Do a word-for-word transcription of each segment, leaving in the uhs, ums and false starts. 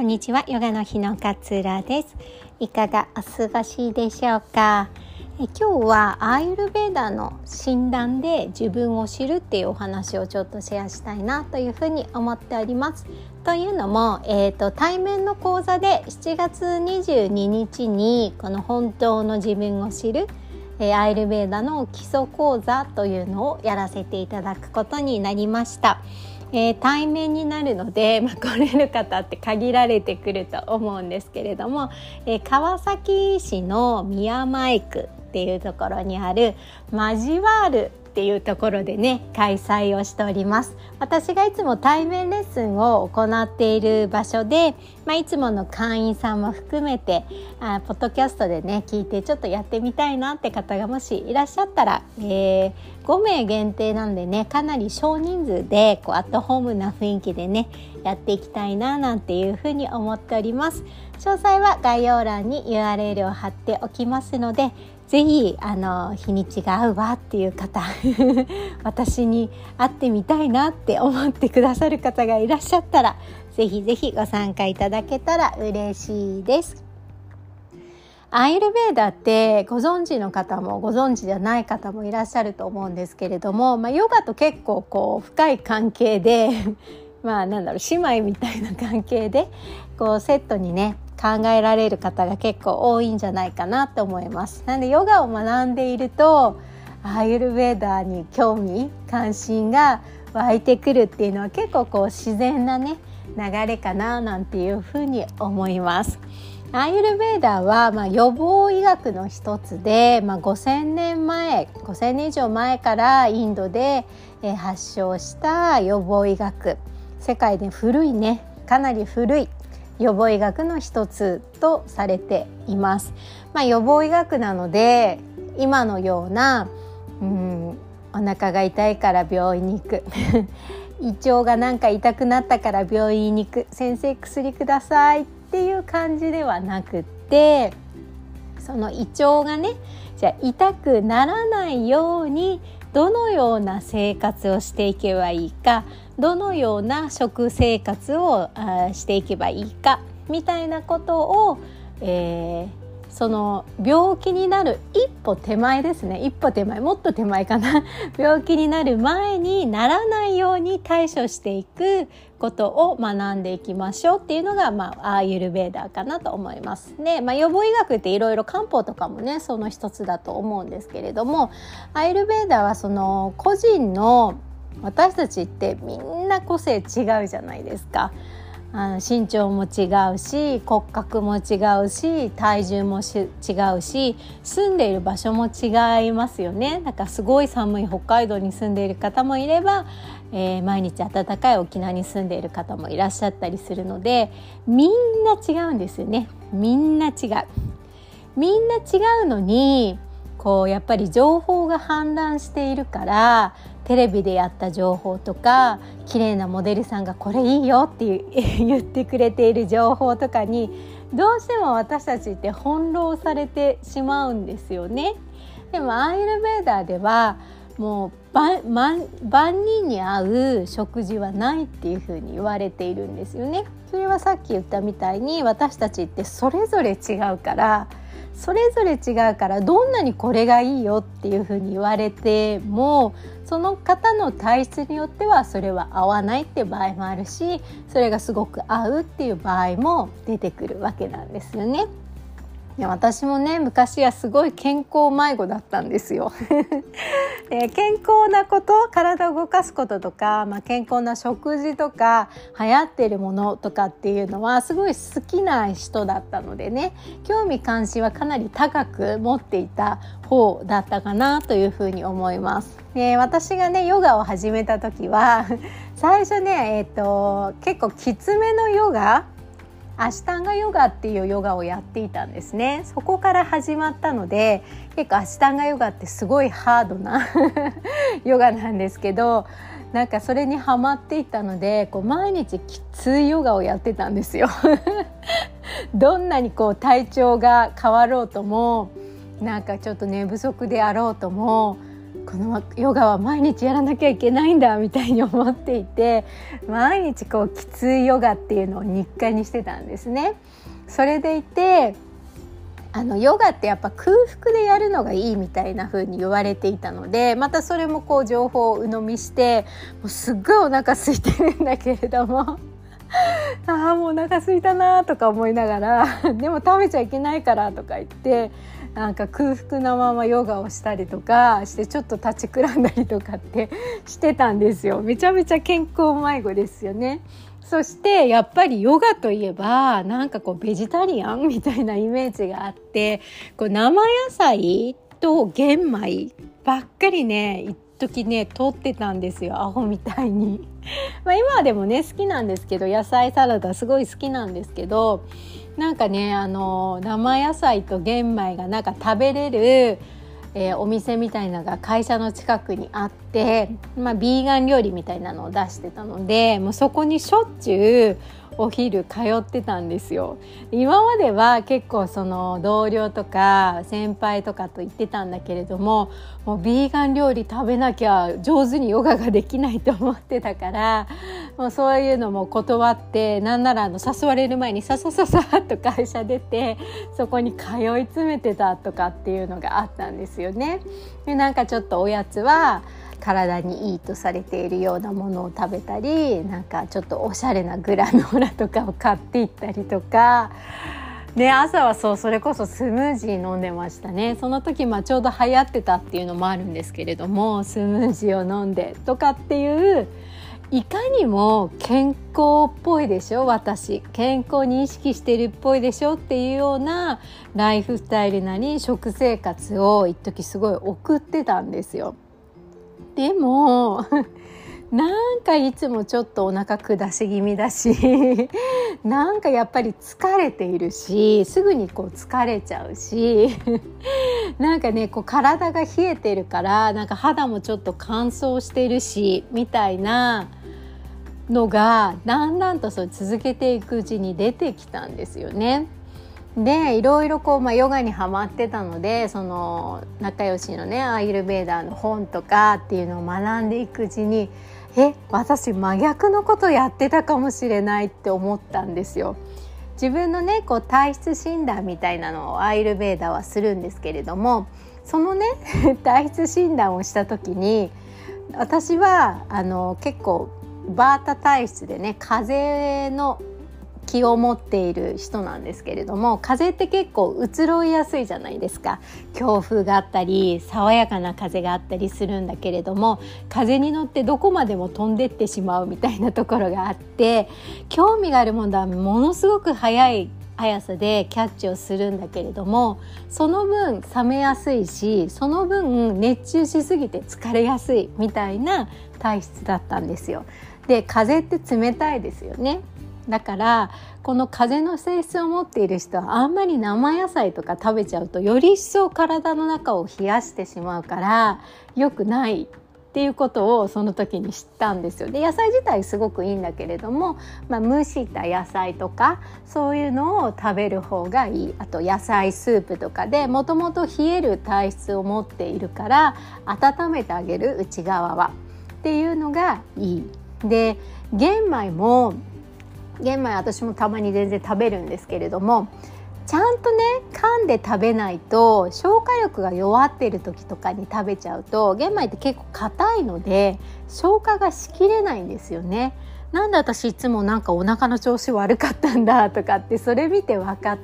んにちは。ヨガの日の勝浦です。いかがお過ごしでしょうか。え今日はアーユルヴェーダの診断で自分を知るっていうお話をちょっとシェアしたいなというふうに思っております。というのも、えーと、対面の講座でしちがつにじゅうににちにこの本当の自分を知るえー、アーユルヴェーダの基礎講座というのをやらせていただくことになりました。えー、対面になるので、まあ、来れる方って限られてくると思うんですけれども、えー、川崎市の宮前区っていうところにあるマジワールっていうところでね開催をしております。私がいつも対面レッスンを行っている場所で、まあ、いつもの会員さんも含めてあポッドキャストでね聞いてちょっとやってみたいなって方がもしいらっしゃったら、えー、ごめい限定なんでねかなり少人数でこうアットホームな雰囲気でねやっていきたいななんていうふうに思っております。詳細は概要欄に ユーアールエル を貼っておきますので、ぜひあの日にちが合うわっていう方私に会ってみたいなって思ってくださる方がいらっしゃったら、ぜひぜひご参加いただけたら嬉しいです。アーユルヴェーダってご存知の方もご存知じゃない方もいらっしゃると思うんですけれども、まあ、ヨガと結構こう深い関係でまあなんだろう姉妹みたいな関係でこうセットにね考えられる方が結構多いんじゃないかなと思います。なのでヨガを学んでいるとアーユルヴェーダに興味関心が湧いてくるっていうのは結構こう自然なね流れかななんていうふうに思います。アーユルヴェーダはまあ予防医学の一つで、まあ、ごせんねんまえごせんねん以上前からインドで発祥した予防医学、世界で古いねかなり古い予防医学の一つとされています。まあ、予防医学なので今のような、うん、お腹が痛いから病院に行く胃腸がなんか痛くなったから病院に行く、先生薬くださいっていう感じではなくって、その胃腸がねじゃあ痛くならないようにどのような生活をしていけばいいか、どのような食生活をしていけばいいかみたいなことを、えー、その病気になる一歩手前ですね一歩手前もっと手前かな病気になる前にならないように対処していくことを学んでいきましょうっていうのが、まあ、アーユルヴェーダかなと思いますで、まあ、予防医学っていろいろ漢方とかもねその一つだと思うんですけれども、アーユルヴェーダはその個人の私たちってみんな個性違うじゃないですか。あ身長も違うし骨格も違うし体重もし違うし住んでいる場所も違いますよね。なんかすごい寒い北海道に住んでいる方もいれば、えー、毎日暖かい沖縄に住んでいる方もいらっしゃったりするので、みんな違うんですよね。みんな違うみんな違うのにこうやっぱり情報が氾濫しているから、テレビでやった情報とか綺麗なモデルさんがこれいいよって言ってくれている情報とかにどうしても私たちって翻弄されてしまうんですよね。でもアーユルヴェーダではもう万人に合う食事はないっていうふうに言われているんですよね。それはさっき言ったみたいに私たちってそれぞれ違うからそれぞれ違うからどんなにこれがいいよっていうふうに言われても、その方の体質によってはそれは合わないっていう場合もあるし、それがすごく合うっていう場合も出てくるわけなんですよね。いや私もね昔はすごい健康迷子だったんですよで健康なこと、体を動かすこととか、まあ、健康な食事とか流行ってるものとかっていうのはすごい好きな人だったのでね、興味関心はかなり高く持っていた方だったかなというふうに思います。で私がねヨガを始めた時は最初ね、えーと、結構きつめのヨガ、アシタンガヨガっていうヨガをやっていたんですね。そこから始まったので結構アシタンガヨガってすごいハードなヨガなんですけど、なんかそれにハマっていったのでこう毎日きついヨガをやってたんですよどんなにこう体調が変わろうともなんかちょっと寝不足であろうともこのヨガは毎日やらなきゃいけないんだみたいに思っていて、毎日こうきついヨガっていうのを日課にしてたんですね。それでいてあのヨガってやっぱ空腹でやるのがいいみたいな風に言われていたので、またそれもこう情報を鵜呑みして、もうすっごいお腹空いてるんだけれどもああもうお腹空いたなとか思いながらでも食べちゃいけないからとか言って、なんか空腹なままヨガをしたりとかしてちょっと立ちくらんだりとかってしてたんですよ。めちゃめちゃ健康迷子ですよね。そしてやっぱりヨガといえばなんかこうベジタリアンみたいなイメージがあって、こう生野菜と玄米ばっかりね一時ね取ってたんですよ、アホみたいにまあ今はでもね好きなんですけど、野菜サラダすごい好きなんですけど、なんかねあの生野菜と玄米がなんか食べれるえー、お店みたいなのが会社の近くにあって、まあ、ビーガン料理みたいなのを出してたので、もうそこにしょっちゅうお昼通ってたんですよ。今までは結構その同僚とか先輩とかと言ってたんだけれども、もうビーガン料理食べなきゃ上手にヨガができないと思ってたから、もうそういうのも断って、なんならあの誘われる前にささささっと会社出てそこに通い詰めてたとかっていうのがあったんですよね。でなんかちょっとおやつは体にいいとされているようなものを食べたり、なんかちょっとおしゃれなグラノーラとかを買っていったりとかで、朝はそうそれこそスムージー飲んでましたね。その時まあちょうど流行ってたっていうのもあるんですけれども、スムージーを飲んでとかっていう、いかにも健康っぽいでしょ、私健康に意識してるっぽいでしょっていうようなライフスタイルなり食生活を一時すごい送ってたんですよ。でもなんかいつもちょっとお腹下し気味だしなんかやっぱり疲れているし、すぐにこう疲れちゃうしなんかねこう体が冷えてるから、なんか肌もちょっと乾燥してるしみたいなのがだんだんとそう続けていくうちに出てきたんですよね。でいろいろこう、まあ、ヨガにハマってたので、その仲良しのねアーユルヴェーダーの本とかっていうのを学んでいくうちに、え私真逆のことやってたかもしれないって思ったんですよ。自分のねこう体質診断みたいなのをアーユルヴェーダーはするんですけれども、そのね体質診断をした時に、私はあの結構バータ体質でね風の気を持っている人なんですけれども、風って結構移ろいやすいじゃないですか。強風があったり爽やかな風があったりするんだけれども、風に乗ってどこまでも飛んでってしまうみたいなところがあって、興味があるものはものすごく速い速さでキャッチをするんだけれども、その分冷めやすいし、その分熱中しすぎて疲れやすいみたいな体質だったんですよ。で風って冷たいですよね。だからこの風の性質を持っている人はあんまり生野菜とか食べちゃうとより一層体の中を冷やしてしまうから良くないっていうことをその時に知ったんですよ。で野菜自体すごくいいんだけれども、まあ、蒸した野菜とかそういうのを食べる方がいい。あと野菜スープとかでもともと冷える体質を持っているから温めてあげる、内側はっていうのがいい。で玄米も玄米私もたまに全然食べるんですけれども、ちゃんとね噛んで食べないと、消化力が弱っている時とかに食べちゃうと、玄米って結構硬いので消化がしきれないんですよね。なんで私いつもなんかお腹の調子悪かったんだとかってそれ見て分かって、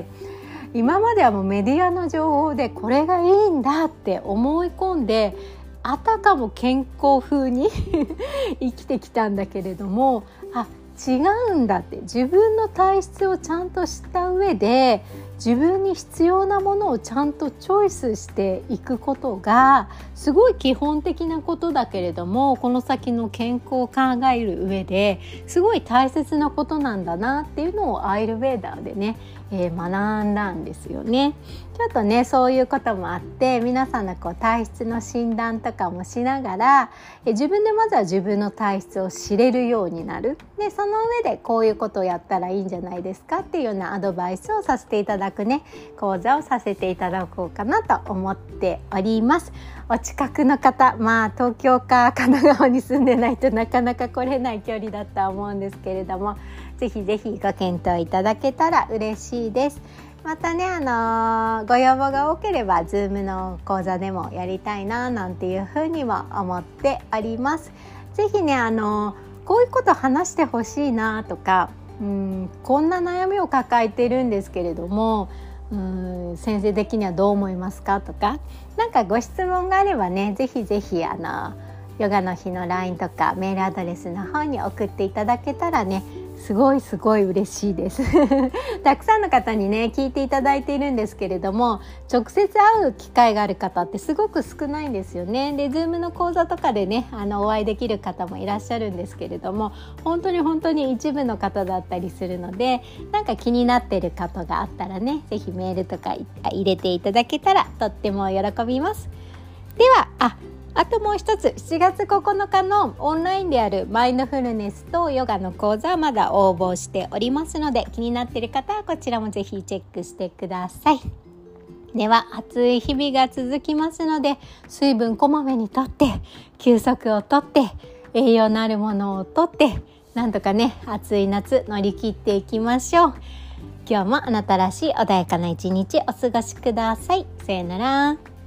今まではもうメディアの情報でこれがいいんだって思い込んで、あたかも健康風に生きてきたんだけれども、あ違うんだって、自分の体質をちゃんと知った上で自分に必要なものをちゃんとチョイスしていくことがすごい基本的なことだけれども、この先の健康を考える上ですごい大切なことなんだなっていうのをアーユルヴェーダーでね、えー、学んだんですよね。ちょっとねそういうこともあって、皆さんのこう体質の診断とかもしながら、え自分でまずは自分の体質を知れるようになる。でその上でこういうことをやったらいいんじゃないですかっていうようなアドバイスをさせていただだくね講座をさせていただこうかなと思っております。お近くの方、まあ東京か神奈川に住んでないとなかなか来れない距離だとは思うんですけれども、ぜひぜひご検討いただけたら嬉しいです。またね、あのー、ご要望が多ければ Zoom の講座でもやりたいななんていうふうにも思っております。ぜひね、あのー、こういうこと話してほしいなとか、うん、こんな悩みを抱えてるんですけれども、うん、先生的にはどう思いますかとか、なんかご質問があればね、ぜひぜひあのヨガの日の ライン とかメールアドレスの方に送っていただけたらね、すごいすごい嬉しいですたくさんの方にね聞いていただいているんですけれども、直接会う機会がある方ってすごく少ないんですよね。で Zoom の講座とかでねあのお会いできる方もいらっしゃるんですけれども、本当に本当に一部の方だったりするので、なんか気になってることがあったらね、ぜひメールとか入れていただけたらとっても喜びます。ではああともう一つ、しちがつここのかのオンラインであるマインドフルネスとヨガの講座はまだ応募しておりますので、気になっている方はこちらもぜひチェックしてください。では暑い日々が続きますので、水分こまめにとって休息をとって栄養のあるものをとって、なんとかね暑い夏乗り切っていきましょう。今日もあなたらしい穏やかな一日お過ごしください。さよなら。